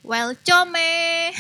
Welcome.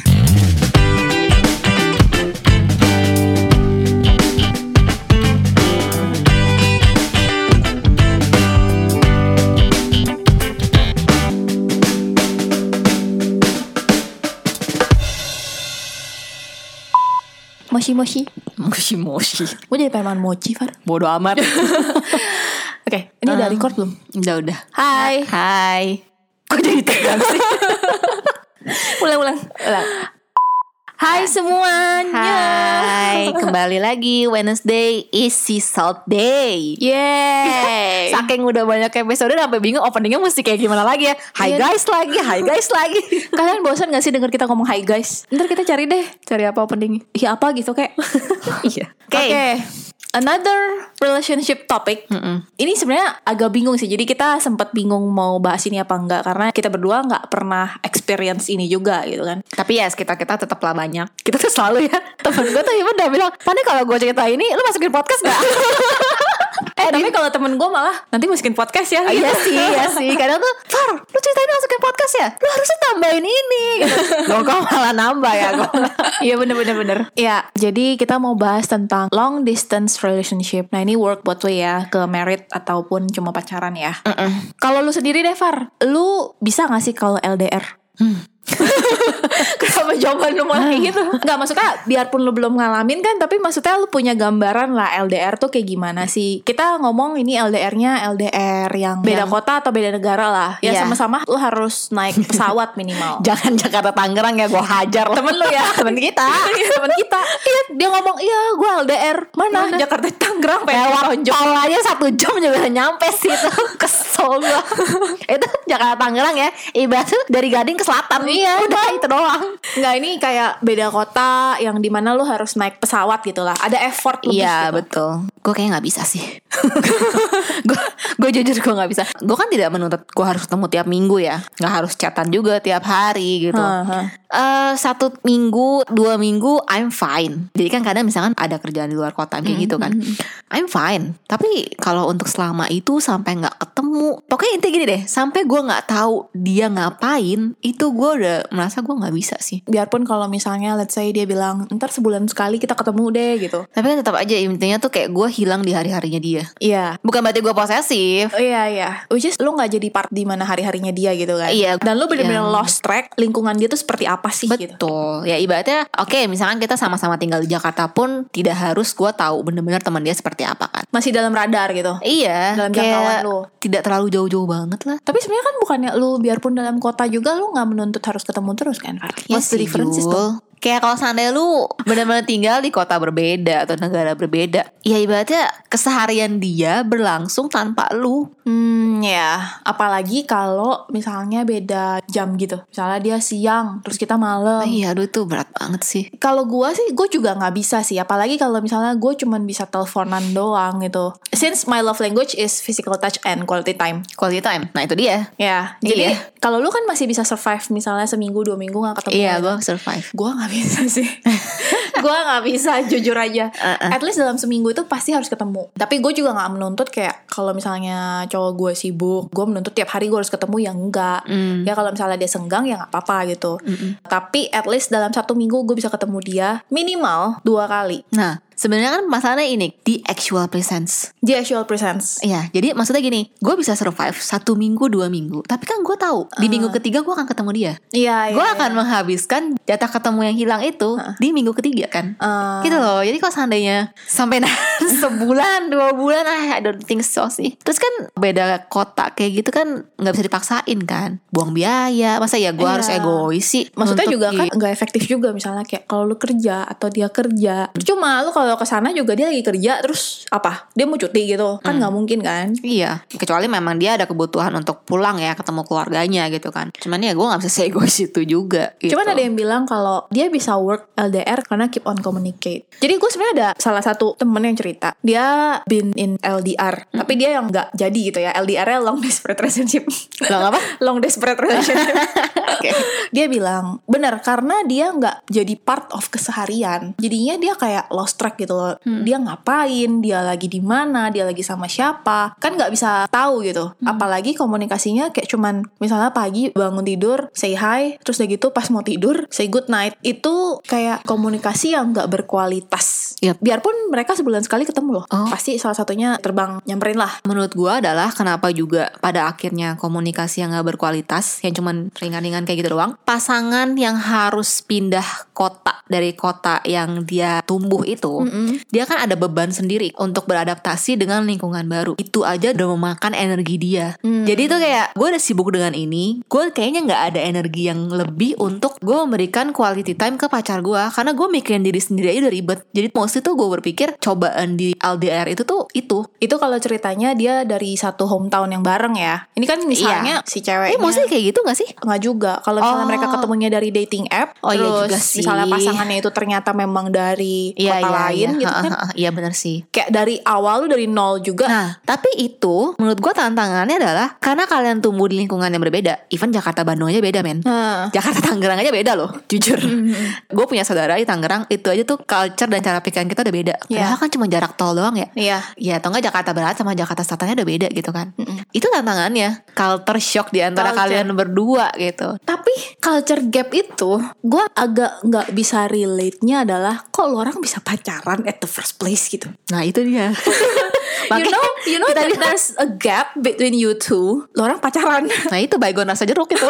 Moshi. Gue jadi pengen makan mochi, Far. Bodoh amat. Oke, ini udah record belum? Udah. Hai. Kok jadi tegang sih? Ulang. Hai semuanya. Hai, kembali lagi Wednesday is sea salt day. Yeay. Saking udah banyak episode sampai bingung openingnya mesti kayak gimana lagi ya. Hi guys lagi. Kalian bosan gak sih denger kita ngomong hi guys? Ntar kita cari apa opening. Iya apa gitu kayak. Iya. Oke. Another relationship topic. Ini sebenarnya agak bingung sih. Jadi kita sempat bingung mau bahas ini apa enggak, karena kita berdua nggak pernah experience ini juga gitu kan. Tapi ya kita tetaplah banyak. Kita tuh selalu ya. Temen gue tuh udah bilang, "Pani kalau gue cerita ini lu masukin podcast gak?" Tapi kalau temen gue malah nanti masukin podcast ya. Iya sih. Kadang tuh, "Far, lu ceritain masukin podcast ya? Lu harusnya tambahin ini." Gitu. Kok malah nambah ya gue. Iya bener. Ya, jadi kita mau bahas tentang long distance relationship. Nah ini work both way ya, ke married ataupun cuma pacaran ya. Kalau lu sendiri deh Far, lu bisa gak sih kalau LDR? Kenapa jawaban lu malah kayak gitu? Nggak, maksudnya biarpun lu belum ngalamin kan, tapi maksudnya lu punya gambaran lah LDR tuh kayak gimana sih. Kita ngomong ini LDR-nya LDR yang beda kota atau beda negara lah. Ya sama-sama lu harus naik pesawat minimal. Jangan Jakarta Tangerang ya, gue hajar lah. Temen lu ya. Temen kita. Iya, dia ngomong iya gue LDR. Mana? Jakarta Tangerang pengen tonjok. Tol aja 1 jam juga nyampe sih itu. Kesel gue. Itu Jakarta Tangerang ya, ibaratnya dari Gading ke selatan. Iya, udah itu doang. Nggak, ini kayak beda kota yang dimana lu harus naik pesawat gitu lah. Ada effort lebih. Iya gitu. Betul. Gue kayaknya nggak bisa sih. Gue jujur gue nggak bisa. Gue kan tidak menuntut gue harus ketemu tiap minggu ya. Nggak harus chatan juga tiap hari gitu. 1 minggu 2 minggu I'm fine. Jadi kan kadang misalkan ada kerjaan di luar kota kayak gitu kan, I'm fine. Tapi kalau untuk selama itu sampai nggak ketemu, pokoknya intinya gini deh, sampai gue nggak tahu dia ngapain, itu gue udah merasa gue nggak bisa sih. Biarpun kalau misalnya let's say dia bilang ntar sebulan sekali kita ketemu deh gitu, tapi kan tetap aja intinya tuh kayak gue hilang di hari-harinya dia. Iya. Bukan berarti gue posesif. Iya. Which is lu nggak jadi part di mana hari-harinya dia gitu kan. Iya. Dan lu bener-bener lost track lingkungan dia tuh seperti apa sih. Betul. Ya ibaratnya oke, misalkan kita sama-sama tinggal di Jakarta pun tidak harus gue tahu bener-bener teman dia seperti apa kan. Masih dalam radar gitu. Iya. Dalam jangkauan lu. Tidak terlalu jauh-jauh banget lah. Tapi sebenarnya kan bukannya lu biarpun dalam kota juga lu nggak menuntut harus ketemu terus kan. What's the difference tuh? Kayak kalau seandainya lu benar-benar tinggal di kota berbeda atau negara berbeda, ya ibaratnya keseharian dia berlangsung tanpa lu. Ya, apalagi kalau misalnya beda jam gitu. Misalnya dia siang, terus kita malam. Iya, aduh itu berat banget sih. Kalau gue sih, gue juga nggak bisa sih. Apalagi kalau misalnya gue cuman bisa teleponan doang gitu. Since my love language is physical touch and quality time. Quality time, nah itu dia. Ya, jadi kalau lu kan masih bisa survive misalnya seminggu 2 minggu nggak ketemu. Iya, gue survive. Gue nggak bisa sih. Gue nggak bisa, jujur aja. At least dalam seminggu itu pasti harus ketemu. Tapi gue juga nggak menuntut kayak kalau misalnya cowok gue sibuk, gue menuntut tiap hari gue harus ketemu, ya enggak. Ya kalau misalnya dia senggang ya nggak apa-apa gitu. Tapi at least dalam 1 minggu gue bisa ketemu dia minimal 2 kali. Nah, sebenarnya kan masalahnya ini di actual presence. Di actual presence. Iya, jadi maksudnya gini, gue bisa survive 1 minggu 2 minggu, tapi kan gue tahu di minggu ketiga gue akan ketemu dia. Iya. Gue akan menghabiskan jatah ketemu yang hilang itu di minggu ketiga kan. Gitu loh. Jadi kalau seandainya sampai sebulan 2 bulan, I don't think so sih. Terus kan beda kota kayak gitu kan nggak bisa dipaksain kan. Buang biaya. Masa ya gue harus egois sih. Maksudnya juga kan nggak efektif juga. Misalnya kayak kalau lu kerja atau dia kerja, cuma lu kalau kesana juga dia lagi kerja, terus apa? Dia mau cuti gitu kan nggak mungkin kan? Iya. Kecuali memang dia ada kebutuhan untuk pulang ya, ketemu keluarganya gitu kan. Cuman ya gue nggak bisa seegois itu juga. Gitu. Cuman ada yang bilang kalau dia bisa work LDR karena keep on communicate. Jadi gue sebenarnya ada salah satu temen yang cerita, dia been in LDR, tapi dia yang nggak jadi gitu ya. LDR-nya long desperate relationship. Long apa? Long desperate relationship. Okay. Dia bilang benar karena dia nggak jadi part of keseharian, jadinya dia kayak lost track gitu loh. Dia ngapain, dia lagi di mana, dia lagi sama siapa, kan nggak bisa tahu gitu. Apalagi komunikasinya kayak cuman misalnya pagi bangun tidur say hi, terus udah gitu pas mau tidur say good night. Itu kayak komunikasi yang nggak berkualitas. Biarpun mereka sebulan sekali ketemu loh, pasti salah satunya terbang nyamperin lah. Menurut gue adalah kenapa juga pada akhirnya komunikasi yang gak berkualitas, yang cuman ringan-ringan kayak gitu doang. Pasangan yang harus pindah kota dari kota yang dia tumbuh itu, dia kan ada beban sendiri untuk beradaptasi dengan lingkungan baru. Itu aja udah memakan energi dia. Jadi tuh kayak gue udah sibuk dengan ini, gue kayaknya gak ada energi yang lebih untuk gue memberikan quality time ke pacar gue, karena gue mikirin diri sendiri aja udah ribet. Jadi mostly tuh gue berpikir cobaan di LDR itu kalau ceritanya dia dari satu hometown yang bareng ya. Ini kan misalnya si ceweknya maksudnya kayak gitu gak sih? Nggak juga. Kalau misalnya mereka ketemunya dari dating app, terus juga sih. Misalnya pasangannya itu ternyata memang dari kota lain gitu kan. Iya benar sih. Kayak dari awal lu dari nol juga. Nah, tapi itu menurut gue tantangannya adalah karena kalian tumbuh di lingkungan yang berbeda. Even Jakarta Bandung aja beda, men. Jakarta Tangerang aja beda loh, jujur. Gue punya saudara di Tangerang, itu aja tuh culture dan cara pikiran kita udah beda. Padahal kan cuma jarak tol doang ya. Ya atau enggak Jakarta Barat sama Jakarta Selatannya udah beda gitu kan. Itu tantangannya, culture shock di antara kalian berdua gitu. Tapi culture gap itu gue agak nggak bisa relate-nya adalah kok lo orang bisa pacaran at the first place gitu. Nah itu dia. you know that there's a gap between you two. Lo orang pacaran. Nah itu baygon rasa jeruk itu.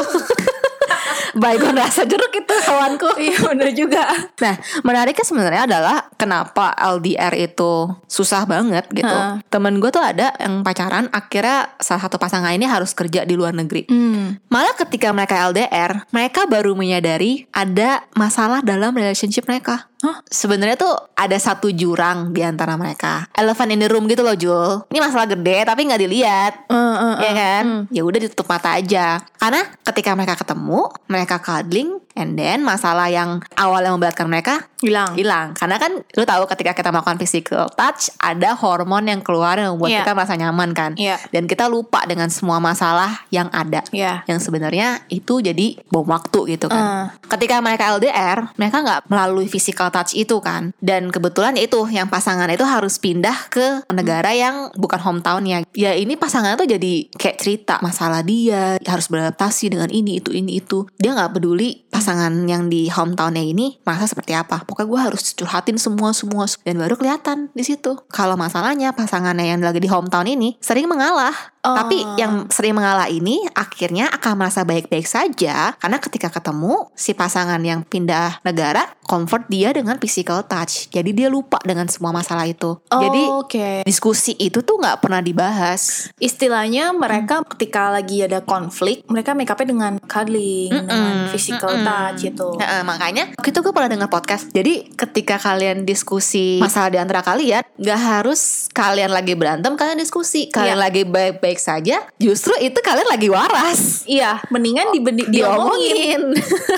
Baygon rasa jeruk itu kawanku. Iya bener juga. Nah menariknya sebenarnya adalah kenapa LDR itu susah banget gitu. Temen gue tuh ada yang pacaran, akhirnya salah satu pasangan ini harus kerja di luar negeri. Malah ketika mereka LDR, mereka baru menyadari ada masalah dalam relationship mereka. Sebenarnya tuh ada satu jurang di antara mereka. Elephant in the room gitu loh, Jul. Ini masalah gede tapi nggak dilihat, ya kan? Ya udah ditutup mata aja. Karena ketika mereka ketemu, mereka cuddling, and then masalah yang awalnya memberatkan mereka hilang. Karena kan lu tahu ketika kita melakukan physical touch, ada hormon yang keluar yang membuat kita merasa nyaman kan. Dan kita lupa dengan semua masalah yang ada. Yang sebenarnya itu jadi bom waktu gitu kan. Ketika mereka LDR, mereka nggak melalui physical touch itu kan. Dan kebetulan itu yang pasangan itu harus pindah ke negara yang bukan hometownnya. Ya ini pasangan tuh jadi kayak cerita masalah dia harus beradaptasi dengan ini itu. Dia nggak peduli pasangan yang di hometownnya ini merasa seperti apa. Pokoknya gue harus curhatin semua. Dan baru kelihatan di situ kalau masalahnya pasangannya yang lagi di hometown ini sering mengalah. Tapi yang sering mengalah ini akhirnya akan merasa baik-baik saja karena ketika ketemu si pasangan yang pindah negara comfort dia dengan physical touch. Jadi dia lupa dengan semua masalah itu. Jadi diskusi itu tuh gak pernah dibahas. Istilahnya mereka ketika lagi ada konflik, mereka make up-nya dengan cuddling, dengan physical touch itu. Makanya itu gue pernah dengar podcast. Jadi ketika kalian diskusi masalah di antara kalian, gak harus kalian lagi berantem kalian diskusi. Kalian lagi baik-baik saja, justru itu kalian lagi waras. Iya, mendingan diomongin.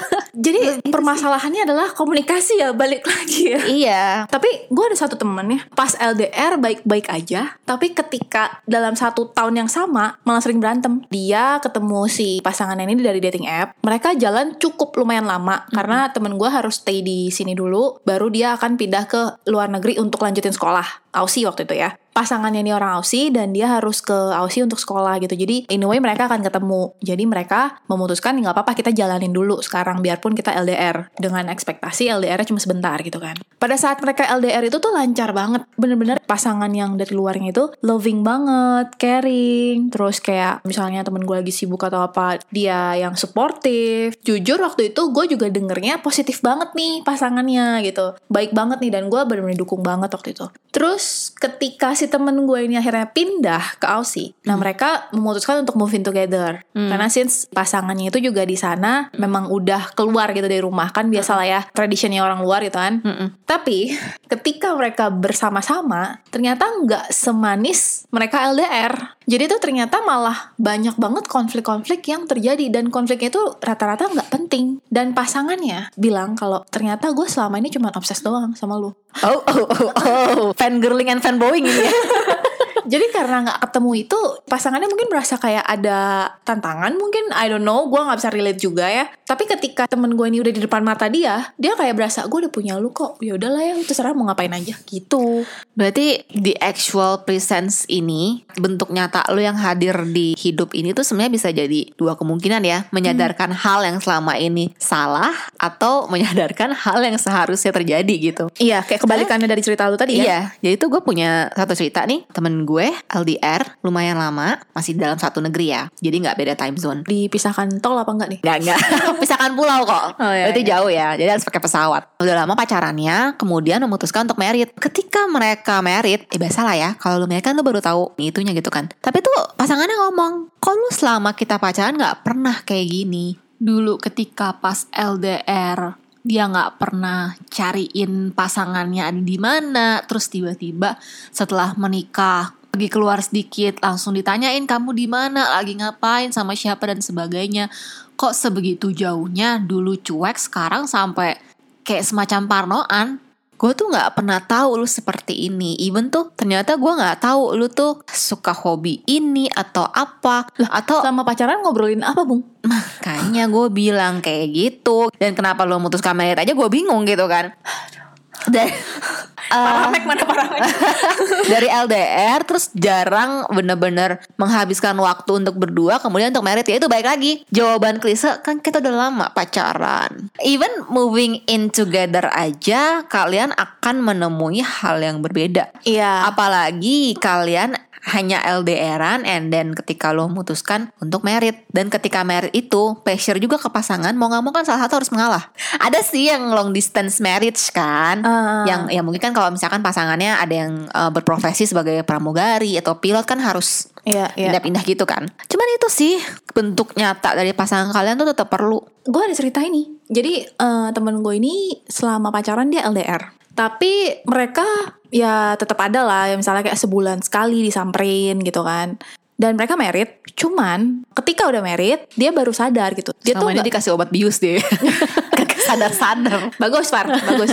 Jadi permasalahannya adalah komunikasi ya, balik lagi ya. Iya. Tapi gue ada satu temen ya, pas LDR baik-baik aja, tapi ketika dalam 1 tahun yang sama malah sering berantem. Dia ketemu si pasangan ini dari dating app. Mereka jalan cukup lumayan lama karena temen gue harus stay di sini dulu, baru dia akan pindah ke luar negeri untuk lanjutin sekolah. Aussie waktu itu ya. Pasangannya ini orang Aussie dan dia harus ke Aussie untuk sekolah gitu. Jadi anyway mereka akan ketemu. Jadi mereka memutuskan nggak apa-apa kita jalanin dulu sekarang biarpun kita LDR, dengan ekspektasi LDR-nya cuma sebentar gitu kan. Pada saat mereka LDR itu tuh lancar banget. Bener-bener pasangan yang dari luarnya itu loving banget, caring. Terus kayak misalnya temen gue lagi sibuk atau apa, dia yang supportive. Jujur waktu itu gue juga dengernya positif banget nih pasangannya gitu. Baik banget nih dan gue bener-bener dukung banget waktu itu. Terus ketika si temen gue ini akhirnya pindah ke Aussie, nah mereka memutuskan untuk move in together. Karena since pasangannya itu juga di sana memang udah keluar gitu dari rumah, kan biasalah ya tradisinya orang luar gitu kan. Tapi ketika mereka bersama-sama ternyata nggak semanis mereka LDR. Jadi tuh ternyata malah banyak banget konflik-konflik yang terjadi, dan konfliknya itu rata-rata nggak penting. Dan pasangannya bilang kalau ternyata gue selama ini cuma obses doang sama lu. Fangirling and fanboying ini ya. Jadi karena gak ketemu itu, pasangannya mungkin merasa kayak ada tantangan mungkin, I don't know, gue gak bisa relate juga ya. Tapi ketika temen gue ini udah di depan mata dia kayak berasa gue udah punya lu kok, ya udahlah ya, terserah mau ngapain aja gitu. Berarti the actual presence ini, bentuk nyata lu yang hadir di hidup ini tuh sebenarnya bisa jadi dua kemungkinan ya. Menyadarkan hal yang selama ini salah, atau menyadarkan hal yang seharusnya terjadi gitu. Iya, kayak kebalikannya dari cerita lu tadi ya. Iya, jadi tuh gue punya satu cerita nih. Temen gue LDR lumayan lama, masih dalam satu negeri ya, jadi gak beda time zone. Dipisahkan tol apa enggak nih? Enggak pisahkan pulau kok. Berarti jauh ya, jadi harus pakai pesawat. Udah lama pacarannya, kemudian memutuskan untuk married. Ketika mereka married, biasalah ya, kalau lu married kan lu baru tahu itunya gitu kan. Tapi tuh pasangannya ngomong, kok lu selama kita pacaran gak pernah kayak gini. Dulu ketika pas LDR, dia nggak pernah cariin pasangannya ada di mana. Terus tiba-tiba setelah menikah, pergi keluar sedikit, langsung ditanyain kamu di mana, lagi ngapain, sama siapa dan sebagainya. Kok sebegitu jauhnya, dulu cuek, sekarang sampai kayak semacam parnoan. Gue tuh gak pernah tahu lu seperti ini. Even tuh ternyata gue gak tahu lu tuh suka hobi ini atau apa. Atau sama pacaran ngobrolin apa, Bung? Makanya gue bilang kayak gitu. Dan kenapa lu memutuskan married aja gue bingung gitu kan. Dan Paramek mana paramek? Dari LDR terus jarang bener-bener menghabiskan waktu untuk berdua, kemudian untuk married. Ya itu baik lagi jawaban klise, kan kita udah lama pacaran. Even moving in together aja kalian akan menemui hal yang berbeda. Iya. Apalagi kalian hanya LDRan and then ketika lo memutuskan untuk married. Dan ketika married itu pressure juga ke pasangan, mau gak mau kan salah satu harus mengalah. Ada sih yang long distance marriage kan, yang ya mungkin kan kalau misalkan pasangannya ada yang berprofesi sebagai pramugari atau pilot kan harus pindah-pindah gitu kan. Cuman itu sih bentuk nyata dari pasangan kalian tuh tetap perlu. Gue ada cerita ini. Jadi temen gue ini selama pacaran dia LDR. Tapi mereka ya tetap ada lah, ya misalnya kayak sebulan sekali disamperin gitu kan. Dan mereka married, cuman ketika udah married dia baru sadar gitu. Dia selama tuh ini dikasih obat bius deh. Sadar-sadar. Bagus Far, bagus.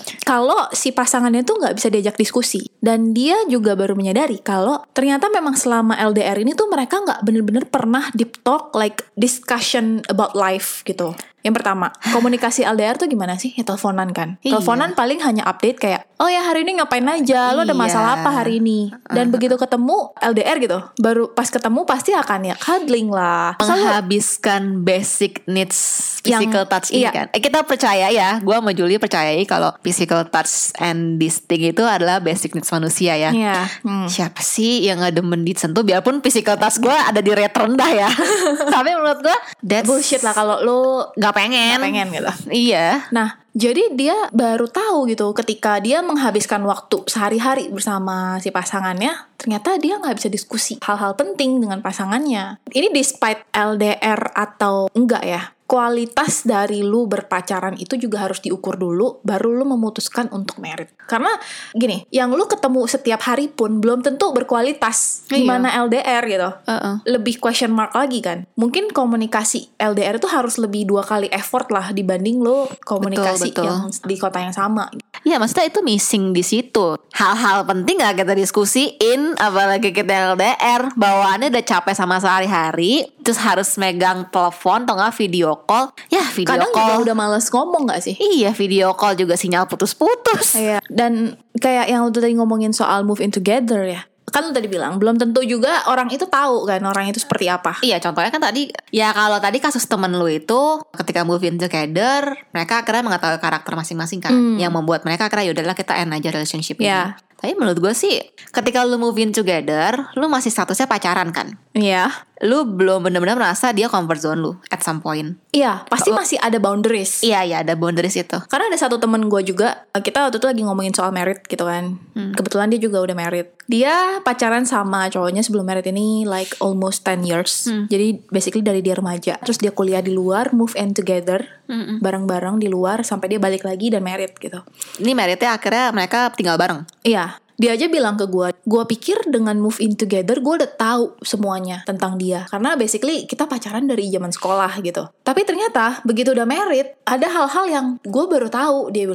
Kalau si pasangannya tuh gak bisa diajak diskusi. Dan dia juga baru menyadari kalau ternyata memang selama LDR ini tuh mereka gak bener-bener pernah deep talk, like discussion about life gitu. Yang pertama, komunikasi LDR tuh gimana sih? Ya teleponan kan. Teleponan paling hanya update kayak, oh ya hari ini ngapain aja, lo ada masalah apa hari ini. Dan begitu ketemu LDR gitu, baru pas ketemu pasti akan ya cuddling lah, menghabiskan basic needs physical touch ini kan. Kita percaya ya, gue sama Julie percayai kalau physical touch and this thing itu adalah basic needs manusia ya. Siapa sih yang gak demen disentuh, biarpun physical touch gue ada di rate rendah ya. Tapi menurut gue that's bullshit lah kalau lo gak pengen gitu. Iya. Nah, jadi dia baru tahu gitu ketika dia menghabiskan waktu sehari-hari bersama si pasangannya, ternyata dia gak bisa diskusi hal-hal penting dengan pasangannya. Ini despite LDR atau enggak ya, kualitas dari lu berpacaran itu juga harus diukur dulu, baru lu memutuskan untuk married. Karena gini, yang lu ketemu setiap hari pun belum tentu berkualitas. Gimana LDR gitu. Lebih question mark lagi kan. Mungkin komunikasi LDR itu harus lebih 2 kali effort lah dibanding lu komunikasi betul. Yang di kota yang sama. Iya, maksudnya itu missing di situ. Hal-hal penting gak kita diskusiin, apalagi kita LDR, bawaannya udah capek sama sehari-hari, terus harus megang telepon atau gak video call. Ya video kadang call juga udah males ngomong gak sih? Iya, video call juga sinyal putus-putus. Iya. Dan kayak yang lu tadi ngomongin soal move in together ya, kan lu tadi bilang belum tentu juga orang itu tahu kan orang itu seperti apa. Iya, contohnya kan tadi, ya kalau tadi kasus temen lu itu ketika move in together, mereka akhirnya mengetahui karakter masing-masing kan, yang membuat mereka akhirnya yaudahlah kita end aja relationship ini. Tapi menurut gue sih, ketika lu move in together, lu masih statusnya pacaran kan? Iya. Lu belum benar-benar merasa dia comfort zone lu at some point. Iya, pasti masih ada boundaries. Iya, ada boundaries itu. Karena ada satu temen gue juga, kita waktu itu lagi ngomongin soal married gitu kan. Kebetulan dia juga udah married. Dia pacaran sama cowoknya sebelum married ini like almost 10 years. Jadi basically dari dia remaja, terus dia kuliah di luar, move in together, bareng-bareng di luar sampai dia balik lagi dan married gitu. Ini marriednya akhirnya mereka tinggal bareng. Iya. Dia aja bilang ke gue pikir dengan move in together gue udah tahu semuanya tentang dia. Karena basically kita pacaran dari zaman sekolah gitu. Tapi ternyata begitu udah married, ada hal-hal yang gue baru tahu, dia bilang.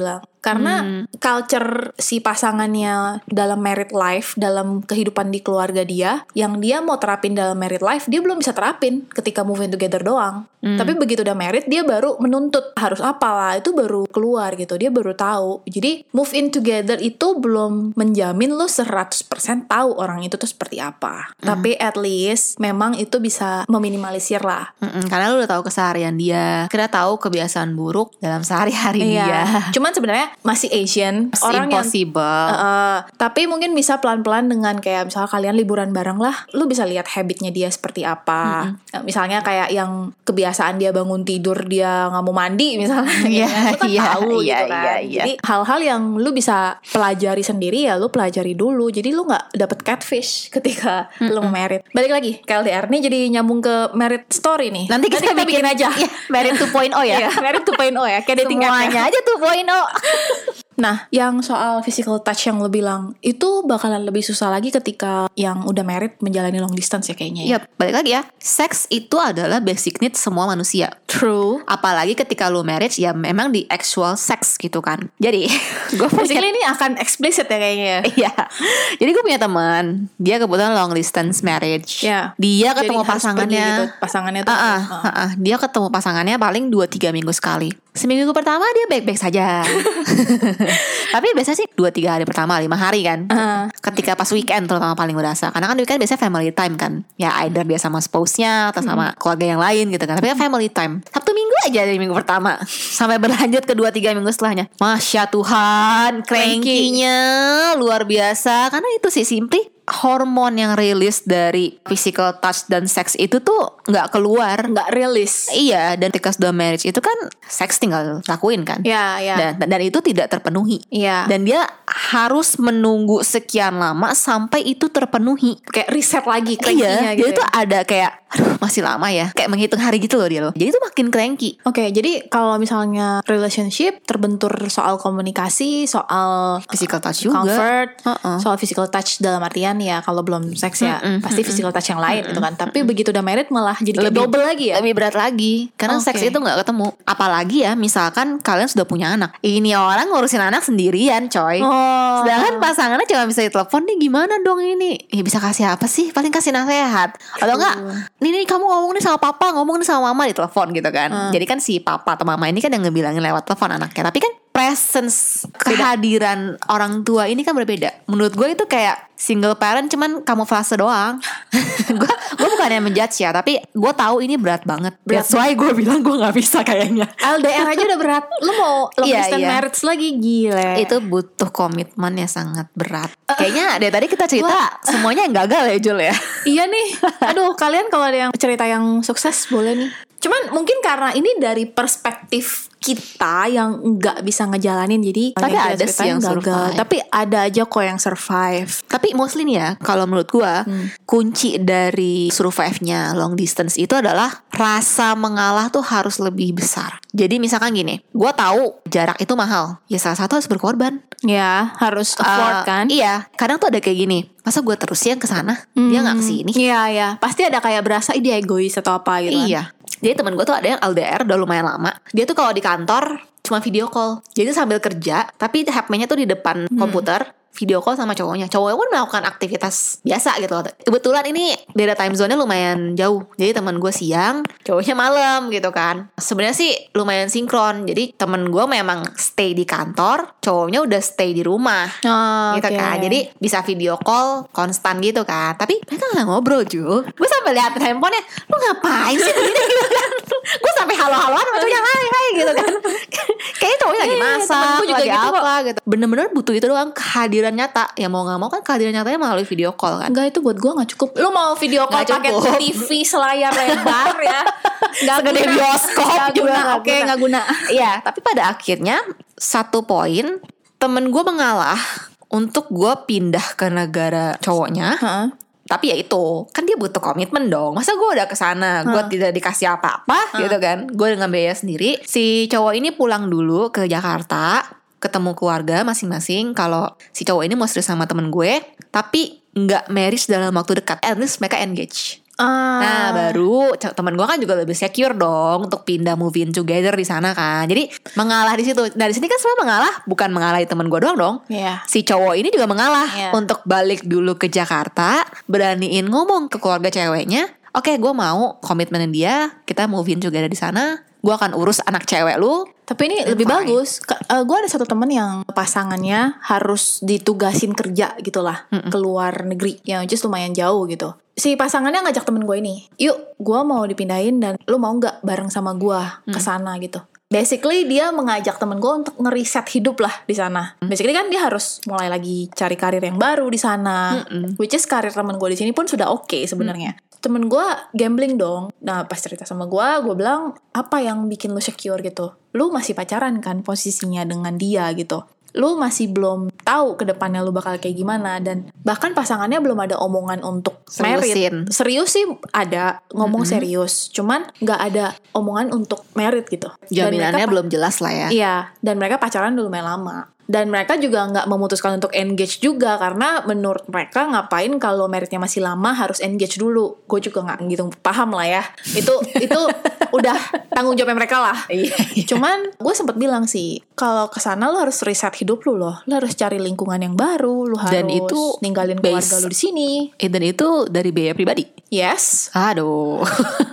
Karena culture si pasangannya dalam married life, dalam kehidupan di keluarga dia, yang dia mau terapin dalam married life, dia belum bisa terapin ketika move in together doang. Tapi begitu udah married, dia baru menuntut harus apalah, itu baru keluar gitu, dia baru tahu. Jadi move in together itu belum menjamin lo 100% tahu orang itu tuh seperti apa. Tapi at least memang itu bisa meminimalisir lah. Karena lo udah tahu keseharian dia, kira tahu kebiasaan buruk dalam sehari-hari dia. Cuman sebenarnya masih Asian, orang impossible. Tapi mungkin bisa pelan-pelan dengan kayak misalnya kalian liburan bareng lah, lu bisa lihat habitnya dia seperti apa. Misalnya kayak yang kebiasaan dia bangun tidur dia nggak mau mandi misalnya, lu kan tahu gitu kan. Jadi hal-hal yang lu bisa pelajari sendiri ya lu pelajari dulu. Jadi lu nggak dapet catfish ketika lu married. Balik lagi ke LDR nih, jadi nyambung ke married story nih. Nanti kita bikin aja. Married 2.0 ya. Married 2.0 ya. Kayak dating app semuanya aja 2.0. Nah, yang soal physical touch yang lo bilang, itu bakalan lebih susah lagi ketika yang udah married menjalani long distance ya kayaknya. Iya, balik lagi ya. Seks itu adalah basic need semua manusia. True. Apalagi ketika lo marriage ya memang di actual sex gitu kan. Jadi, gue basically ini akan explicit ya kayaknya. Iya. Jadi gue punya teman, dia kebetulan long distance marriage. Yeah. Dia ketemu jadi pasangannya. Gitu, pasangannya tuh. Dia ketemu pasangannya paling 2-3 minggu sekali. Seminggu pertama dia baik-baik saja. Tapi biasanya sih 2-3 hari pertama, 5 hari kan. Ketika pas weekend terutama paling berasa. Karena kan weekend biasanya family time kan. Ya either dia sama spouse-nya atau sama keluarga yang lain gitu kan. Tapi kan family time. Sabtu minggu aja dari minggu pertama sampai berlanjut ke 2-3 minggu setelahnya. Masya Tuhan, cranky-nya luar biasa. Karena itu sih simply hormon yang rilis dari physical touch dan seks itu tuh nggak keluar, nggak rilis. Iya, dan ketika sudah marriage itu kan seks tinggal lakuin kan. Iya. Dan itu tidak terpenuhi. Iya. Dan dia harus menunggu sekian lama sampai itu terpenuhi. Kayak reset lagi cranky-nya gitu. Jadi tuh ada kayak aduh masih lama ya. Kayak menghitung hari gitu loh dia loh. Jadi itu makin cranky. Oke, jadi kalau misalnya relationship terbentur soal komunikasi, soal physical touch juga, comfort, soal physical touch dalam artian ya kalau belum seks ya pasti physical touch yang lain gitu kan. Tapi begitu udah married malah jadi lebih, double lagi ya. Lebih berat lagi. Karena seks itu gak ketemu. Apalagi ya misalkan kalian sudah punya anak. Ini orang ngurusin anak sendirian coy. Sedangkan pasangannya cuma bisa ditelepon nih gimana dong ini. Ya bisa kasih apa sih? Paling kasih nasihat. Atau enggak ini kamu ngomong nih sama papa, ngomong nih sama mama di telepon gitu kan. Jadi kan si papa atau mama ini kan yang ngebilangin lewat telepon anaknya. Tapi kan presence, kehadiran orang tua ini kan berbeda. Menurut gue itu kayak single parent cuman kamuflase doang. Gue bukannya menjudge ya, tapi gue tahu ini berat banget. That's why gue bilang gue nggak bisa kayaknya. LDR aja udah berat. Lu mau long distance marriage lagi gile. Itu butuh komitmen yang sangat berat. Kayaknya dari tadi kita cerita semuanya yang gagal ya Jul ya. Iya nih. Aduh kalian kalau ada yang cerita yang sukses boleh nih. Cuman mungkin karena ini dari perspektif kita yang nggak bisa ngejalanin, jadi tapi ada sih yang gagal. Survive. Tapi ada aja kok yang survive. Tapi mostly nih ya, kalau menurut gua kunci dari survive-nya long distance itu adalah rasa mengalah tuh harus lebih besar. Jadi misalkan gini, gua tahu jarak itu mahal, ya salah satu harus berkorban. Ya harus afford kan. Iya, kadang tuh ada kayak gini. Masa gue terus yang kesana, dia nggak kesini. Iya. Pasti ada kayak berasa dia egois atau apa gitu. Iya. Jadi temen gue tuh ada yang LDR udah lumayan lama. Dia tuh kalau di kantor cuma video call. Jadi sambil kerja, tapi HP-nya tuh di depan komputer, video call sama cowoknya. Cowoknya pun melakukan aktivitas biasa gitu loh. Kebetulan ini beda time zone-nya lumayan jauh. Jadi teman gue siang, cowoknya malam gitu kan. Sebenarnya sih lumayan sinkron. Jadi temen gue memang stay di kantor, cowoknya udah stay di rumah. Gitu kan. Jadi bisa video call konstan gitu kan. Tapi mereka gak ngobrol Jul. Gue sampai lihat handphonenya, lu ngapain sih begini gitu kan. Gue sampai halo-haloan sama cowoknya, hai gitu kan. Kayaknya cowoknya lagi masak, juga lagi gitu apa gitu. Bener-bener butuh itu doang, kehadiran nyata. Ya mau gak mau kan kehadiran nyatanya melalui video call kan. Enggak, itu buat gue gak cukup. Lu mau video call pakai TV selayar lebar ya, gak gede bioskop juga gak guna. Iya, tapi pada akhirnya satu poin temen gue mengalah untuk gue pindah ke negara cowoknya. Tapi ya itu kan dia butuh komitmen dong. Masa gue udah kesana gue tidak dikasih apa-apa gitu kan. Gue dengan biaya sendiri. Si cowok ini pulang dulu ke Jakarta, ketemu keluarga masing-masing. Kalau si cowok ini mau serius sama temen gue, tapi gak marriage dalam waktu dekat. At least mereka engage. Nah baru teman gue kan juga lebih secure dong untuk pindah move in together di sana kan. Jadi mengalah di situ. Dari sini kan semua mengalah, bukan mengalahi teman gue doang dong. Si cowok ini juga mengalah untuk balik dulu ke Jakarta, beraniin ngomong ke keluarga ceweknya. Oke, gue mau komitmenin dia, kita move in together di sana. Gue akan urus anak cewek lu. Tapi ini lebih bagus. Gue ada satu temen yang pasangannya harus ditugasin kerja gitulah ke luar negeri, yang just lumayan jauh gitu. Si pasangannya ngajak temen gue ini, yuk gue mau dipindahin dan lu mau gak bareng sama gue ke sana gitu. Basically dia mengajak temen gue untuk ngeriset hidup lah di sana. Basically kan dia harus mulai lagi cari karir yang baru di sana. Which is karir temen gue di sini pun sudah oke sebenarnya. Temen gue gambling dong. Nah pas cerita sama gue bilang, apa yang bikin lu secure gitu? Lu masih pacaran kan posisinya dengan dia gitu. Lu masih belum tahu ke depannya lu bakal kayak gimana. Dan bahkan pasangannya belum ada omongan untuk married. Serius sih ada ngomong serius, cuman gak ada omongan untuk married gitu. Jaminannya belum jelas lah ya. Iya, dan mereka pacaran dulu lumayan lama. Dan mereka juga gak memutuskan untuk engage juga, karena menurut mereka ngapain kalau meritnya masih lama harus engage dulu. Gue juga gak gitu paham lah ya. Itu udah tanggung jawabnya mereka lah. Cuman gue sempet bilang sih, kalau kesana lo harus reset hidup lo loh. Lo harus cari lingkungan yang baru. Lo harus ninggalin keluarga lo di sini. Dan itu dari biaya pribadi. Yes. Aduh.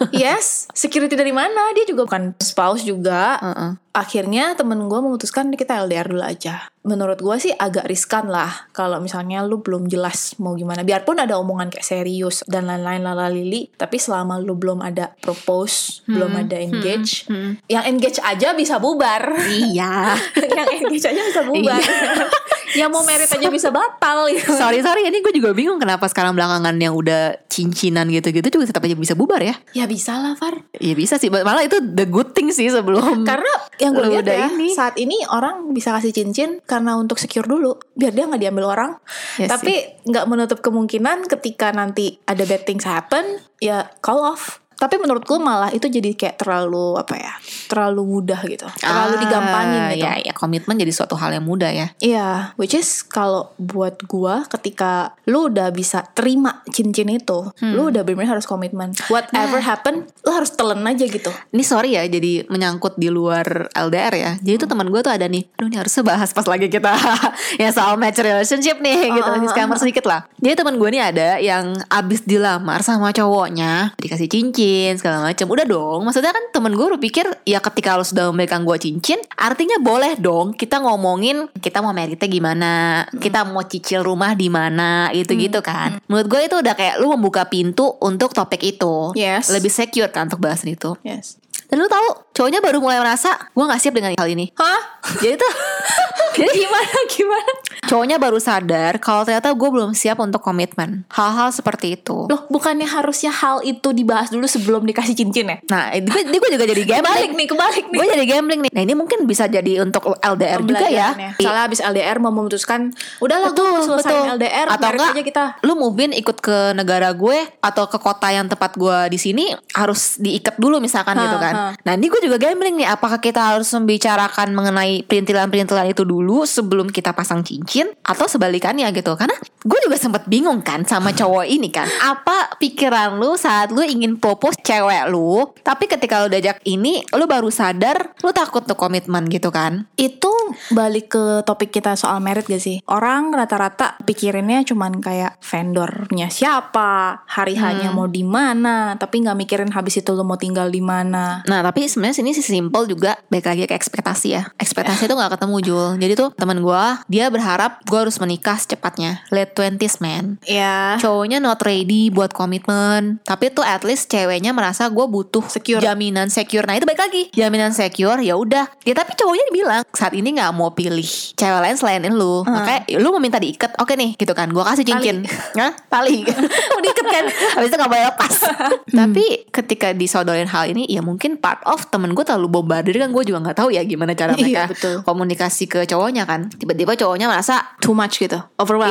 Yes. Security dari mana? Dia juga bukan spouse juga. Akhirnya temen gue memutuskan kita LDR dulu aja. Menurut gue sih agak riskan lah kalau misalnya lu belum jelas mau gimana. Biarpun ada omongan kayak serius dan lain-lain lalalili, tapi selama lu belum ada propose, belum ada engage, yang engage aja bisa bubar. Iya. Yang engage aja bisa bubar. Yang mau merit aja bisa batal gitu. Sorry ini gue juga bingung kenapa sekarang belakangan yang udah cincinan gitu-gitu juga tetap aja bisa bubar ya. Ya bisa lah Far. Ya bisa sih, malah itu the good thing sih sebelum. Karena yang gue lihat ya ini. Saat ini orang bisa kasih cincin karena untuk secure dulu, biar dia gak diambil orang. Tapi gak menutup kemungkinan ketika nanti ada bad things happen, ya call off. Tapi menurutku malah itu jadi kayak terlalu terlalu mudah gitu, terlalu digampangin gitu. Ya komitmen jadi suatu hal yang mudah ya. Iya, which is kalau buat gua ketika lu udah bisa terima cincin itu, lu udah benar-benar harus komitmen. Whatever happen, lu harus telan aja gitu. Ini sorry ya, jadi menyangkut di luar LDR ya. Jadi tuh teman gua tuh ada nih, aduh ini harus bahas pas lagi kita ya soal match relationship nih gitu. Disclaimer sedikit lah. Jadi teman gua nih ada yang abis dilamar sama cowoknya, dikasih cincin segala macam. Udah dong, maksudnya kan temen gue berpikir ya ketika lo sudah memberikan gue cincin, artinya boleh dong kita ngomongin kita mau meritnya gimana, kita mau cicil rumah di mana, gitu kan. Menurut gue itu udah kayak lu membuka pintu untuk topik itu. Lebih secure kan untuk bahas itu. Dan lu tahu cowoknya baru mulai merasa gue gak siap dengan hal ini. Jadi tuh jadi gimana? Cowoknya baru sadar kalau ternyata gue belum siap untuk komitmen. Hal-hal seperti itu. Loh, bukannya harusnya hal itu dibahas dulu sebelum dikasih cincin ya? Nah, gue juga jadi gambling. Kebalik nih. Gue jadi gambling nih. Nah, ini mungkin bisa jadi untuk LDR juga ya. Misalnya habis LDR mau memutuskan, udahlah gue mau selesai LDR, atau enggak aja kita. Lu move in ikut ke negara gue atau ke kota yang tempat gue di sini, harus diikat dulu misalkan gitu kan. Nah, ini gue juga gambling nih, apakah kita harus membicarakan mengenai perintilan-perintilan itu dulu sebelum kita pasang cincin, atau sebalikannya gitu. Karena gue juga sempet bingung kan sama cowok ini kan. Apa pikiran lu saat lu ingin propose cewek lu, tapi ketika lu diajak ini lu baru sadar lu takut tuh komitmen gitu kan. Itu balik ke topik kita soal merit gak sih? Orang rata-rata pikirinnya cuman kayak vendornya siapa, hari hanya mau di mana, tapi nggak mikirin habis itu lu mau tinggal di mana. Nah tapi sebenarnya sini sih simple juga, balik lagi ke ekspektasi ya. Ekspektasi itu nggak ketemu Jul. Jadi tuh teman gue, dia berharap gue harus menikah secepatnya, late 20s man. Cowoknya not ready buat komitmen, tapi tuh at least ceweknya merasa gue butuh jaminan secure. Nah itu balik lagi, jaminan secure ya udah. Ya tapi cowoknya bilang saat ini nggak mau pilih cewek lain selain lu. Makanya lu mau minta diikat, oke nih gitu kan, gue kasih cincin. Tali mau diikat kan, habis itu nggak boleh lepas. Tapi ketika disodorin hal ini, ya mungkin part of temen gue terlalu bombardir kan. Gue juga nggak tahu ya gimana cara mereka komunikasi ke cowoknya kan. Tiba-tiba cowoknya merasa too much gitu, overwhelmed. Iya, overwhelmed.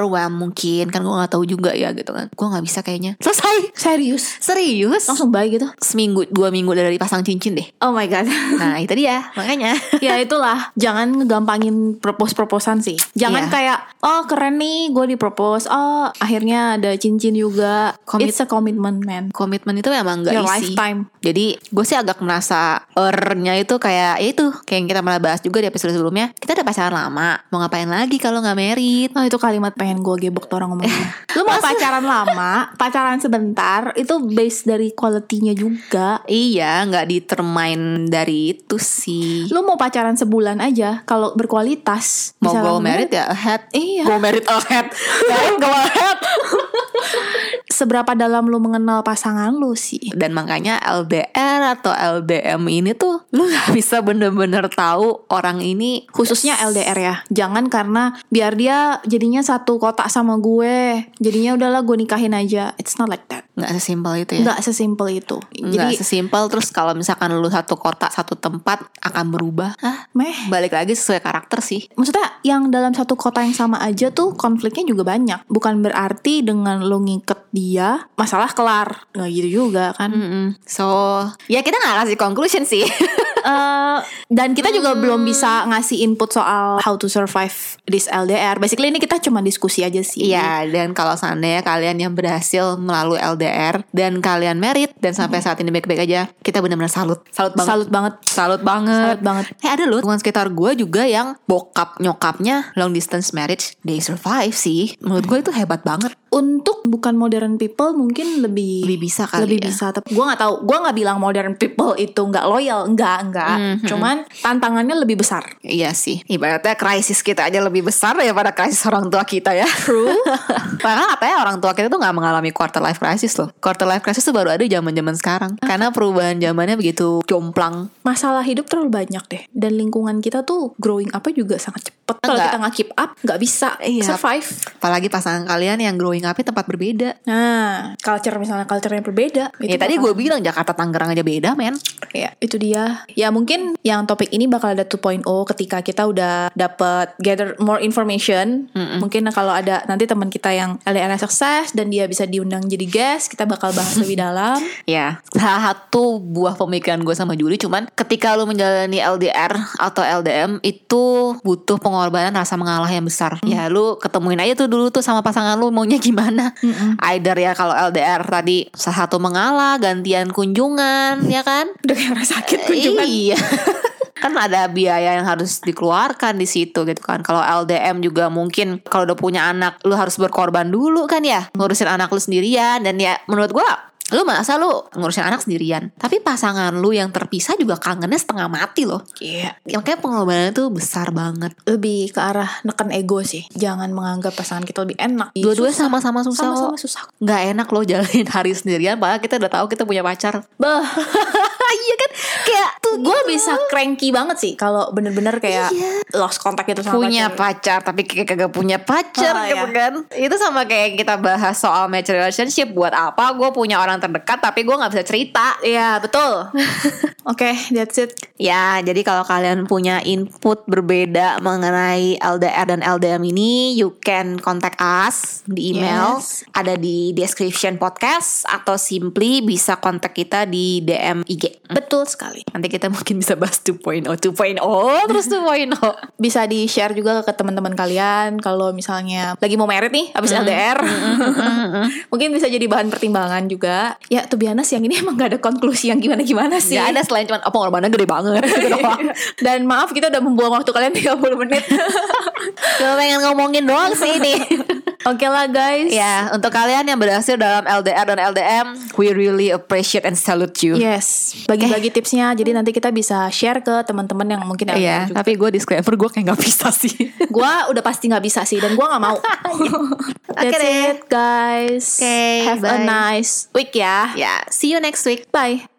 overwhelmed mungkin, kan gue gak tahu juga ya gitu kan. Gue gak bisa kayaknya. Selesai. Serius Langsung bye gitu. Seminggu 2 minggu dari pasang cincin deh. Oh my god. Nah itu dia makanya. Ya itulah, jangan ngegampangin proposan sih. Jangan kayak oh keren nih gue dipropose, oh akhirnya ada cincin juga. It's a commitment, man. Komitmen itu memang gak Your easy. lifetime. Jadi gue sih agak merasa nya itu kayak ya itu kayak yang kita malah bahas juga di episode sebelumnya. Kita udah pacaran lama, mau ngapain lagi kalau gak married? Oh itu kalimat pengen gue gebok tuh orang ngomongnya. Lu mau pacaran lama, pacaran sebentar, itu base dari quality-nya juga. Iya, gak determine dari itu sih. Lu mau pacaran sebulan aja, kalau berkualitas mau go married ya ahead. Iya. Go married ahead. Go ahead. Seberapa dalam lu mengenal pasangan lu sih. Dan makanya LDR atau LDM ini tuh lu gak bisa bener-bener tahu orang ini. Khususnya LDR ya. Jangan karena biar dia jadinya satu kotak sama gue, jadinya udahlah gue nikahin aja. It's not like that. Gak sesimpel itu ya. Gak sesimpel itu. Gak sesimpel. Terus kalau misalkan lu satu kotak satu tempat akan berubah. Balik lagi sesuai karakter sih. Maksudnya yang dalam satu kota yang sama aja tuh konfliknya juga banyak. Bukan berarti dengan lu ngiket dia masalah kelar. Gak gitu juga kan. So ya kita gak kasih conclusion sih. Dan kita juga belum bisa ngasih input soal how to survive this LDR. Basically ini kita cuma diskusi aja sih. Iya. Dan kalau seandainya kalian yang berhasil melalui LDR dan kalian married dan sampai saat ini baik-baik aja, kita benar-benar salut banget. Ada loh teman sekitar gue juga yang bokap nyokapnya long distance marriage, they survive sih. Menurut gue itu hebat banget. Untuk bukan modern people mungkin lebih bisa kali lebih ya. bisa. Tapi gue nggak tahu. Gue nggak bilang modern people itu nggak loyal. Enggak. Cuman tantangannya lebih besar. Iya sih. Ibaratnya krisis kita aja lebih besar daripada krisis orang tua kita ya. True. Padahal katanya orang tua kita tuh nggak mengalami quarter life crisis loh. Quarter life crisis tuh baru ada zaman sekarang. Karena perubahan zamannya begitu jomplang. Masalah hidup terlalu banyak deh. Dan lingkungan kita tuh growing up juga sangat cepet. Kalau kita nggak keep up, nggak bisa survive. Apalagi pasangan kalian yang growing up tempat berbeda. Nah, culture-nya berbeda. Ya tadi gue bilang Jakarta Tangerang aja beda, men. Ya, itu dia. Ya mungkin yang topik ini bakal ada 2.0 ketika kita udah dapet gather more information. Mungkin kalau ada nanti teman kita yang LDR sukses dan dia bisa diundang jadi guest, kita bakal bahas lebih dalam. Ya, salah satu buah pemikiran gue sama Juli, cuman ketika lu menjalani LDR atau LDM itu butuh pengorbanan rasa mengalah yang besar. Ya lu ketemuin aja tuh dulu tuh sama pasangan lu maunya gimana. Either ya kalau LDR tadi salah satu mengalah, gantian kunjungan, ya kan? Udah kayak orang sakit kunjungan. Iya. Kan ada biaya yang harus dikeluarkan di situ gitu kan. Kalau LDM juga mungkin kalau udah punya anak lu harus berkorban dulu kan ya, ngurusin anak lu sendirian. Dan ya menurut gua lu masa lu ngurusin anak sendirian, tapi pasangan lu yang terpisah juga kangennya setengah mati loh. Iya. Makanya pengorbanannya tuh besar banget. Lebih ke arah neken ego sih. Jangan menganggap pasangan kita lebih enak. Dua-duanya sama-sama susah. Sama-sama susah. Gak enak loh jalanin hari sendirian, padahal kita udah tahu kita punya pacar. Iya kan, kayak tuh gue bisa cranky banget sih kalau bener-bener kayak lost contact gitu sama punya pacar tapi kayak kagak punya pacar gitu kan. Itu sama kayak kita bahas soal match relationship. Buat apa gue punya orang terdekat tapi gue nggak bisa cerita. Iya betul. Oke, that's it. Ya, jadi kalau kalian punya input berbeda mengenai LDR dan LDM ini, you can contact us di email. Ada di description podcast atau simply bisa kontak kita di DM IG. Betul sekali. Nanti kita mungkin bisa bahas 2.0 terus 2.0. Bisa di share juga ke teman-teman kalian kalau misalnya lagi mau married nih habis LDR. Mungkin bisa jadi bahan pertimbangan juga. Ya to be honest yang ini emang gak ada konklusi yang gimana-gimana sih. Gak ada selain cuman pengorbanannya gede banget gitu doang. Dan maaf kita udah membuang waktu kalian 30 menit. Cuma pengen ngomongin doang sih ini. Oke lah guys. Ya, untuk kalian yang berhasil dalam LDR dan LDM, we really appreciate and salute you. Yes, bagi-bagi tipsnya. Jadi nanti kita bisa share ke teman-teman yang mungkin LDR juga. Tapi gue disclaimer, gue kayak gak bisa sih. Gue udah pasti gak bisa sih. Dan gue gak mau. That's it guys. Have a nice week ya. See you next week. Bye.